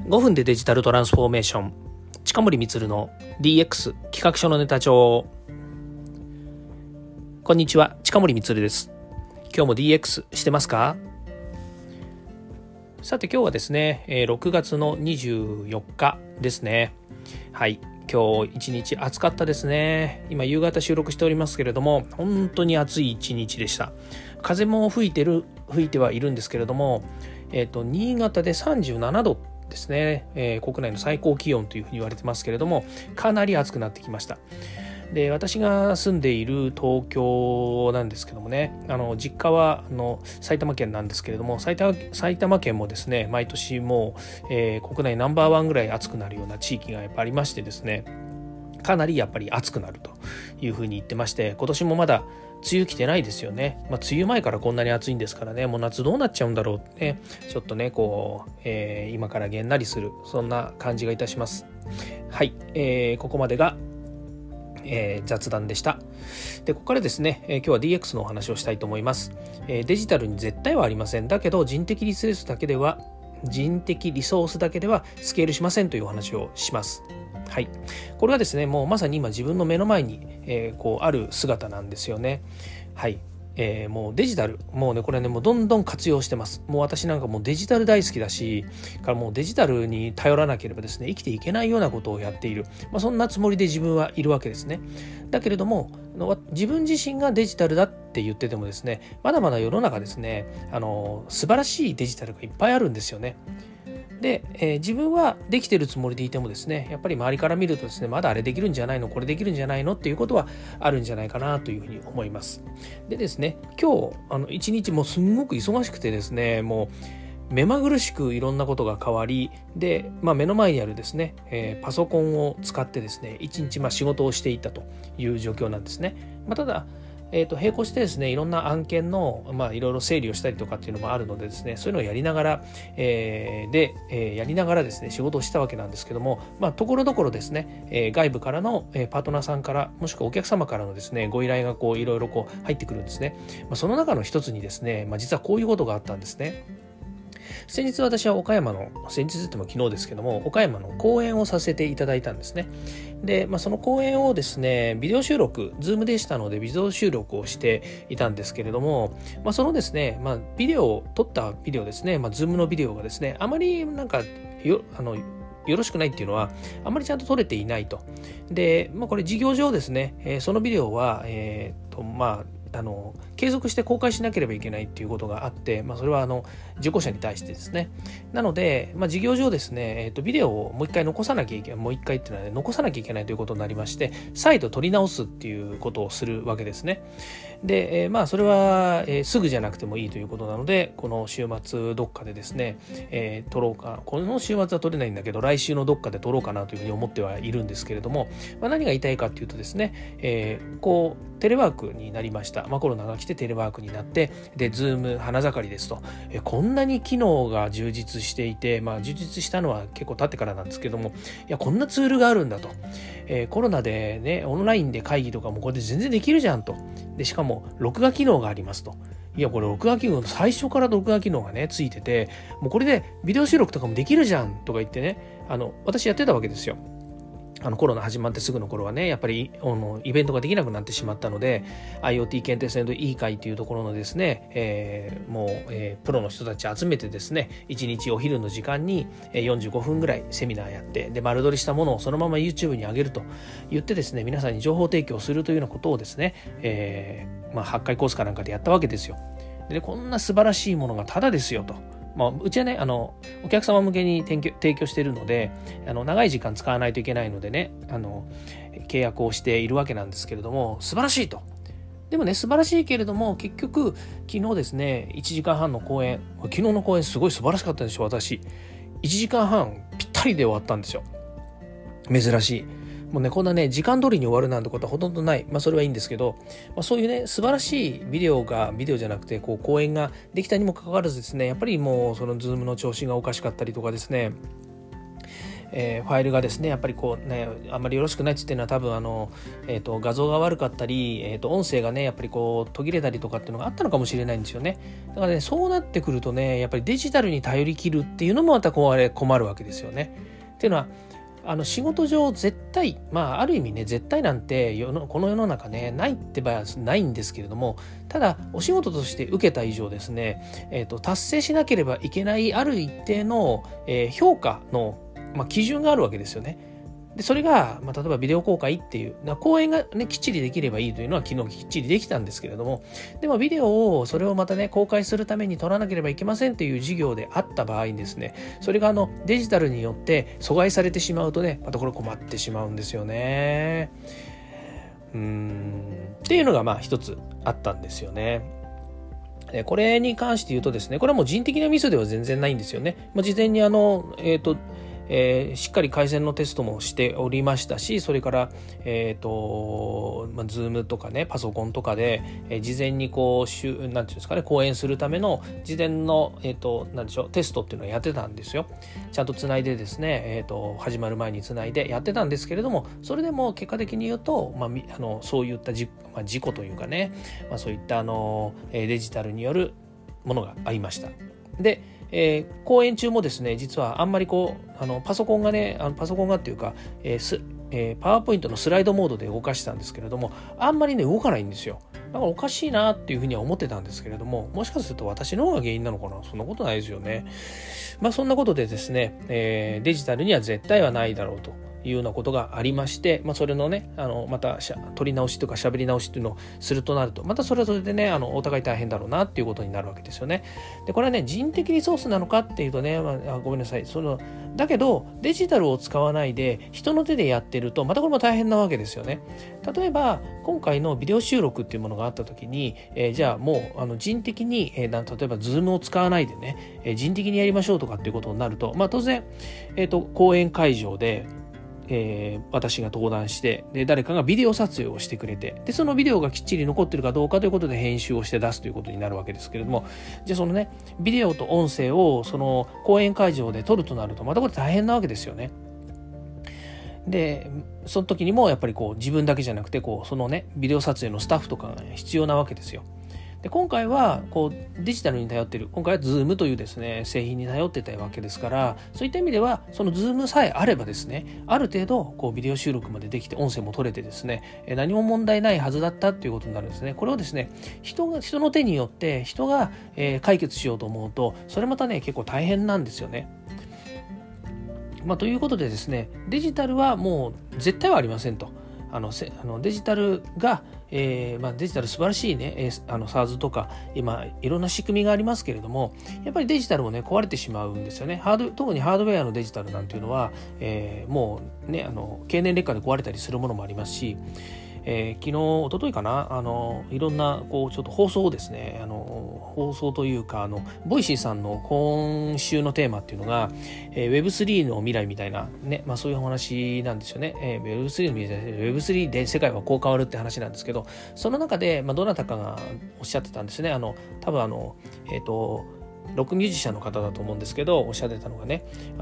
5分でデジタルトランスフォーメーション、近森光の DX 企画書のネタ帳。こんにちは、近森光です。今日も DX してますか？さて今日はですね、6月の24日ですね。はい、今日一日暑かったですね。今夕方収録しておりますけれども、本当に暑い一日でした。風も吹いてはいるんですけれども、新潟で37度ですね、国内の最高気温というふうに言われてますけれども、かなり暑くなってきました。で、私が住んでいる東京なんですけどもね、実家は埼玉県なんですけれども、埼玉県もですね、毎年もう、国内ナンバーワンぐらい暑くなるような地域がやっぱありましてですね、かなりやっぱり暑くなるというふうに言ってまして、今年もまだ梅雨来てないですよね。梅雨前からこんなに暑いんですからね、もう夏どうなっちゃうんだろうね、ちょっとね今からげんなりする、そんな感じがいたします。はい、ここまでが雑談でした。で、ここからですね、今日は DX のお話をしたいと思います。デジタルに絶対はありません。だけど人的リソースだけではスケールしませんというお話をします。はい、これはですね、もうまさに今自分の目の前に、ある姿なんですよね。はい、もうデジタル、もうねこれね、もうどんどん活用してます。もう私なんかもうデジタル大好きだし、からもうデジタルに頼らなければですね、生きていけないようなことをやっている、そんなつもりで自分はいるわけですね。だけれども自分自身がデジタルだって言っててもですね、まだまだ世の中ですね、素晴らしいデジタルがいっぱいあるんですよね。で、自分はできてるつもりでいてもですね、やっぱり周りから見るとですね、まだあれできるんじゃないの、これできるんじゃないのっていうことはあるんじゃないかなというふうに思います。でですね、今日一日もうすんごく忙しくてですね、もう目まぐるしくいろんなことが変わり、で、目の前にあるですね、パソコンを使ってですね、一日仕事をしていたという状況なんですね。ただ並行してですね、いろんな案件のいろいろ整理をしたりとかっていうのもあるのでですね、そういうのをやりながら、やりながらですね、仕事をしたわけなんですけども、ところどころですね、外部からのパートナーさんから、もしくはお客様からのですね、ご依頼がいろいろ入ってくるんですね。その中の一つにですね、実はこういうことがあったんですね。先日私は先日っても昨日ですけども、岡山の講演をさせていただいたんですね。で、その講演をですね、ビデオ収録、Zoom でしたのでビデオ収録をしていたんですけれども、そのですね、撮ったビデオですね、Zoom のビデオがですね、あまりよろしくないっていうのは、あまりちゃんと撮れていないと。で、これ事業上ですね、そのビデオは、継続して公開しなければいけないっていうことがあって、それは受講者に対してですね。なので、事業上ですね、ビデオをもう一回残さなきゃいけない、残さなきゃいけないということになりまして、再度撮り直すっていうことをするわけですね。で、それは、すぐじゃなくてもいいということなので、この週末どっかでですね、撮ろうか、この週末は撮れないんだけど、来週のどっかで撮ろうかなというふうに思ってはいるんですけれども、何が言いたいかっていうとですね、テレワークになりました。コロナが来てテレワークになって、で、Zoom 花盛りですと。こんなに機能が充実していて、充実したのは結構経ってからなんですけども、いや、こんなツールがあるんだと。コロナでね、オンラインで会議とかもこれで全然できるじゃんと。で、しかも、録画機能がありますと。いや、これ録画機能、最初から録画機能がね、ついてて、もうこれでビデオ収録とかもできるじゃんとか言ってね、私やってたわけですよ。コロナ始まってすぐの頃はね、やっぱりイベントができなくなってしまったので、 IoT 検定制度委員会というところのですね、プロの人たち集めてですね、1日お昼の時間に45分ぐらいセミナーやって、で丸撮りしたものをそのまま YouTube に上げると言ってですね、皆さんに情報提供するというようなことをですね、8回コースかなんかでやったわけですよ。で、こんな素晴らしいものがタダですよと。うちはね、お客様向けに提供しているので、長い時間使わないといけないのでね、契約をしているわけなんですけれども、素晴らしいと。でもね、素晴らしいけれども、結局昨日ですね、1時間半の講演、昨日の講演すごい素晴らしかったんですよ。私1時間半ぴったりで終わったんですよ。珍しい。もうね、こんなね、時間通りに終わるなんてことはほとんどない。それはいいんですけど、そういうね、素晴らしいビデオじゃなくて、講演ができたにもかかわらずですね、やっぱりもうそのズームの調子がおかしかったりとかですね、 ァイルがですねやっぱりこうねあんまりよろしくないって言ってるのは多分画像が悪かったり、音声がねやっぱりこう途切れたりとかっていうのがあったのかもしれないんですよね。だからねそうなってくるとねやっぱりデジタルに頼り切るっていうのもまた困るわけですよね。っていうのは仕事上絶対ある意味ね絶対なんてこの世の中ねないって場合はないんですけれども、ただお仕事として受けた以上ですね、達成しなければいけないある一定の、評価の、基準があるわけですよね。でそれが、例えばビデオ公開っていう講演が、ね、きっちりできればいいというのは昨日きっちりできたんですけれども、でもビデオをそれをまたね公開するために撮らなければいけませんという事業であった場合にですね、それがデジタルによって阻害されてしまうとねまたこれ困ってしまうんですよね。っていうのが一つあったんですよね。これに関して言うとですね、これはもう人的なミスでは全然ないんですよね。事前にしっかり回線のテストもしておりましたし、それからZoom とかねパソコンとかで、事前にこうなんていうんですかね講演するための事前のなんでしょうテストっていうのをやってたんですよ。ちゃんとつないでですね、始まる前につないでやってたんですけれども、それでも結果的に言うと、そういった事故というかね、そういったデジタルによるものがありました。で講演中もですね実はあんまりこうパソコンがっていうか、パワーポイントのスライドモードで動かしてたんですけれども、あんまりね動かないんですよ。だからおかしいなっていうふうには思ってたんですけれども、もしかすると私の方が原因なのかな。そんなことないですよね。そんなことでですね、デジタルには絶対はないだろうというようなことがありまして、それのねまた取り直しとか喋り直しっていうのをするとなると、またそれはそれでねお互い大変だろうなっていうことになるわけですよね。でこれはね人的リソースなのかっていうとね、ごめんなさいだけどデジタルを使わないで人の手でやってるとまたこれも大変なわけですよね。例えば今回のビデオ収録っていうものがあった時に、じゃあもう人的に、例えば Zoom を使わないでね、人的にやりましょうとかっていうことになると、当然、講演会場で私が登壇して、で誰かがビデオ撮影をしてくれて、でそのビデオがきっちり残ってるかどうかということで編集をして出すということになるわけですけれども、じゃあそのねビデオと音声をその講演会場で撮るとなるとまたこれ大変なわけですよね。でその時にもやっぱりこう自分だけじゃなくてそのねビデオ撮影のスタッフとかが必要なわけですよ。で今回はデジタルに頼っている、今回は Zoom というですね製品に頼ってたわけですから、そういった意味ではその Zoom さえあればですねある程度ビデオ収録までできて音声も取れてですね何も問題ないはずだったということになるんですね。これをですね人の手によって人が解決しようと思うとそれまたね結構大変なんですよね。ということでですねデジタルはもう絶対はありませんと。デジタルが、デジタル素晴らしいね、SARS とか今いろんな仕組みがありますけれども、やっぱりデジタルもね壊れてしまうんですよね。特にハードウェアのデジタルなんていうのは、もうね経年劣化で壊れたりするものもありますし、昨日一昨日かないろんなちょっと放送をですね放送というかボイシーさんの今週のテーマっていうのが、Web3 の未来みたいなね、そういうお話なんですよね。Web3 の未来、Web3 で世界はこう変わるって話なんですけど、その中で、どなたかがおっしゃってたんですね。多分ロックミュージシャンの方だと思うんですけどおっしゃってたのがね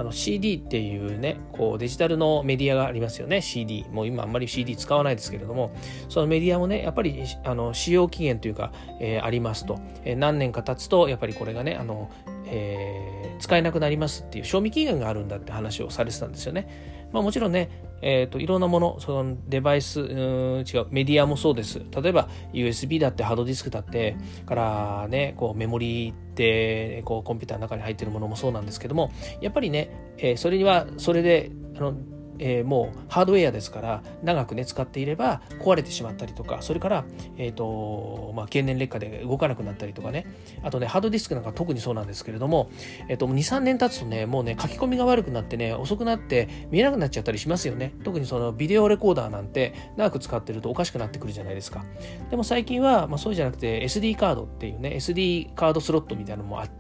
CD っていうねデジタルのメディアがありますよね。 CD もう今あんまり CD 使わないですけれども、そのメディアもねやっぱり使用期限というか、ありますと、何年か経つとやっぱりこれがね使えなくなりますっていう賞味期限があるんだって話をされてたんですよね。もちろんねいろんなものそのデバイスメディアもそうです。例えば USB だってハードディスクだってからねメモリーってコンピューターの中に入っているものもそうなんですけども、やっぱりね、それにはそれでもうハードウェアですから長くね使っていれば壊れてしまったりとか、それから経年劣化で動かなくなったりとかね、あとねハードディスクなんか特にそうなんですけれども、2、3年経つとねもうね書き込みが悪くなってね遅くなって見えなくなっちゃったりしますよね。特にそのビデオレコーダーなんて長く使ってるとおかしくなってくるじゃないですか。でも最近は、そうじゃなくて SD カードっていうね SD カードスロットみたいなのもあって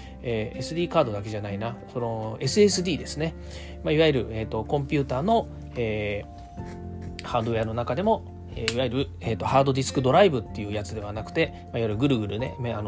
、SD カードだけじゃないな、その SSD ですね、いわゆる、コンピューターの、ハードウェアの中でもいわゆる、ハードディスクドライブっていうやつではなくて、いわゆるぐるぐるね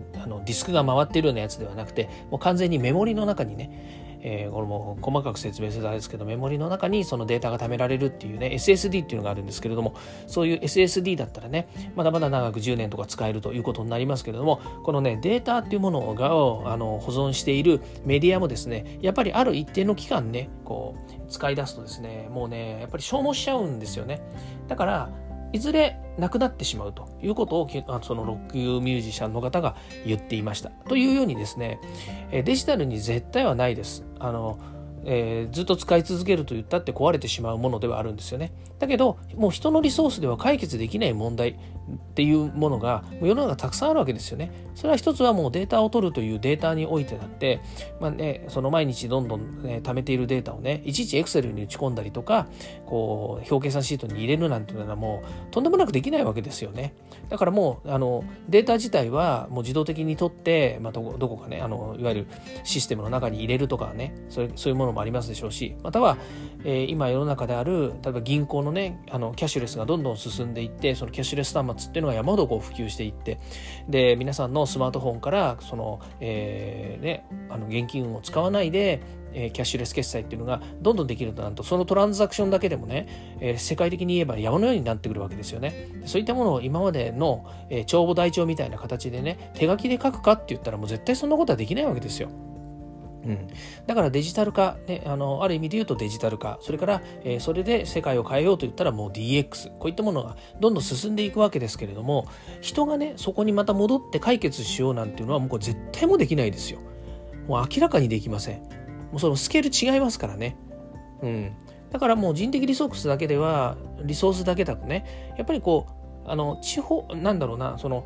ディスクが回っているようなやつではなくて、もう完全にメモリの中にね、これも細かく説明するとあれですけど、メモリの中にそのデータが貯められるっていうね SSD っていうのがあるんですけれども、そういう SSD だったらねまだまだ長く10年とか使えるということになりますけれども、このねデータっていうものが保存しているメディアもですね、やっぱりある一定の期間ねこう使い出すとですね、もうねやっぱり消耗しちゃうんですよね。だからいずれなくなってしまうということをそのロックミュージシャンの方が言っていました。というようにですね、デジタルに絶対はないです。ずっと使い続けると言ったって壊れてしまうものではあるんですよね。だけどもう人のリソースでは解決できない問題っていうものが世の中たくさんあるわけですよね。それは一つはもうデータを取るというデータにおいてだって、その毎日どんどん、貯めているデータをねいちいちエクセルに打ち込んだりとかこう表計算シートに入れるなんていうのはもうとんでもなくできないわけですよね。だからもうデータ自体はもう自動的に取って、どこかねいわゆるシステムの中に入れるとかね、そういうものもありますでしょうし、または、今世の中である例えば銀行のねキャッシュレスがどんどん進んでいって、そのキャッシュレス端末っていうのが山ほどこう普及していって、で皆さんのスマートフォンからその、現金を使わないでキャッシュレス決済っていうのがどんどんできるとなると、そのトランザクションだけでもね、世界的に言えば山のようになってくるわけですよね。そういったものを今までの、帳簿台帳みたいな形でね手書きで書くかって言ったらもう絶対そんなことはできないわけですよ。だからデジタル化、ね、ある意味で言うとデジタル化、それから、それで世界を変えようと言ったらもう DX、 こういったものがどんどん進んでいくわけですけれども、人がねそこにまた戻って解決しようなんていうのはもうこれ絶対もできないですよ。もう明らかにできません。もうそのスケール違いますからね。だからもう人的リソースだけではリソースだけだとね、やっぱりこう地方なんだろうな、その、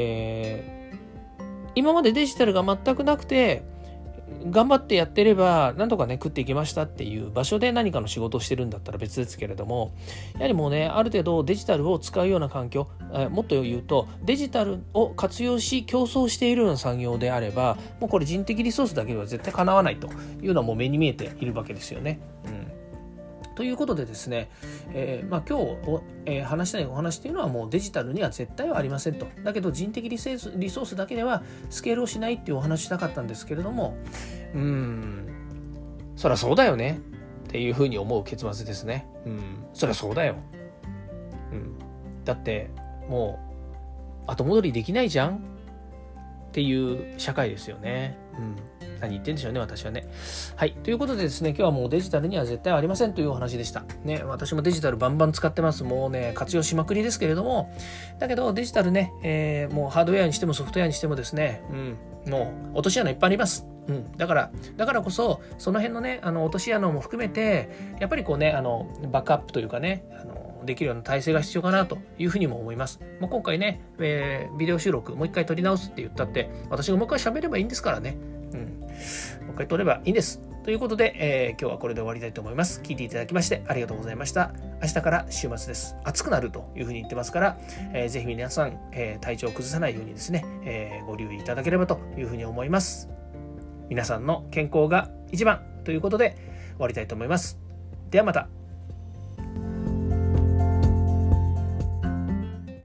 今までデジタルが全くなくて頑張ってやってればなんとかね食っていけましたっていう場所で何かの仕事をしてるんだったら別ですけれども、やはりもうねある程度デジタルを使うような環境、もっと言うとデジタルを活用し競争しているような産業であれば、もうこれ人的リソースだけでは絶対かなわないというのはもう目に見えているわけですよね。ということでですね、今日、話したいお話というのはもうデジタルには絶対はありませんと。だけど人的リソースだけではスケールをしないっていうお話したかったんですけれども、そりゃそうだよねっていうふうに思う結末ですね。そりゃそうだよ。だってもう後戻りできないじゃんっていう社会ですよね。何言ってんでしょうね、私はね。はい。ということでですね、今日はもうデジタルには絶対ありませんというお話でした。ね、私もデジタルバンバン使ってます。もうね、活用しまくりですけれども、だけどデジタルね、もうハードウェアにしてもソフトウェアにしてもですね、もう落とし穴いっぱいあります。だからこそ、その辺のね、落とし穴も含めて、やっぱりこうね、バックアップというかね、できるような体制が必要かなというふうにも思います。もう今回ね、ビデオ収録もう一回撮り直すって言ったって、私がもう一回喋ればいいんですからね。もう一回撮ればいいんです。ということで、今日はこれで終わりたいと思います。聞いていただきましてありがとうございました。明日から週末です。暑くなるというふうに言ってますから、ぜひ皆さん、体調を崩さないようにですね、ご留意いただければというふうに思います。皆さんの健康が一番ということで終わりたいと思います。ではまた。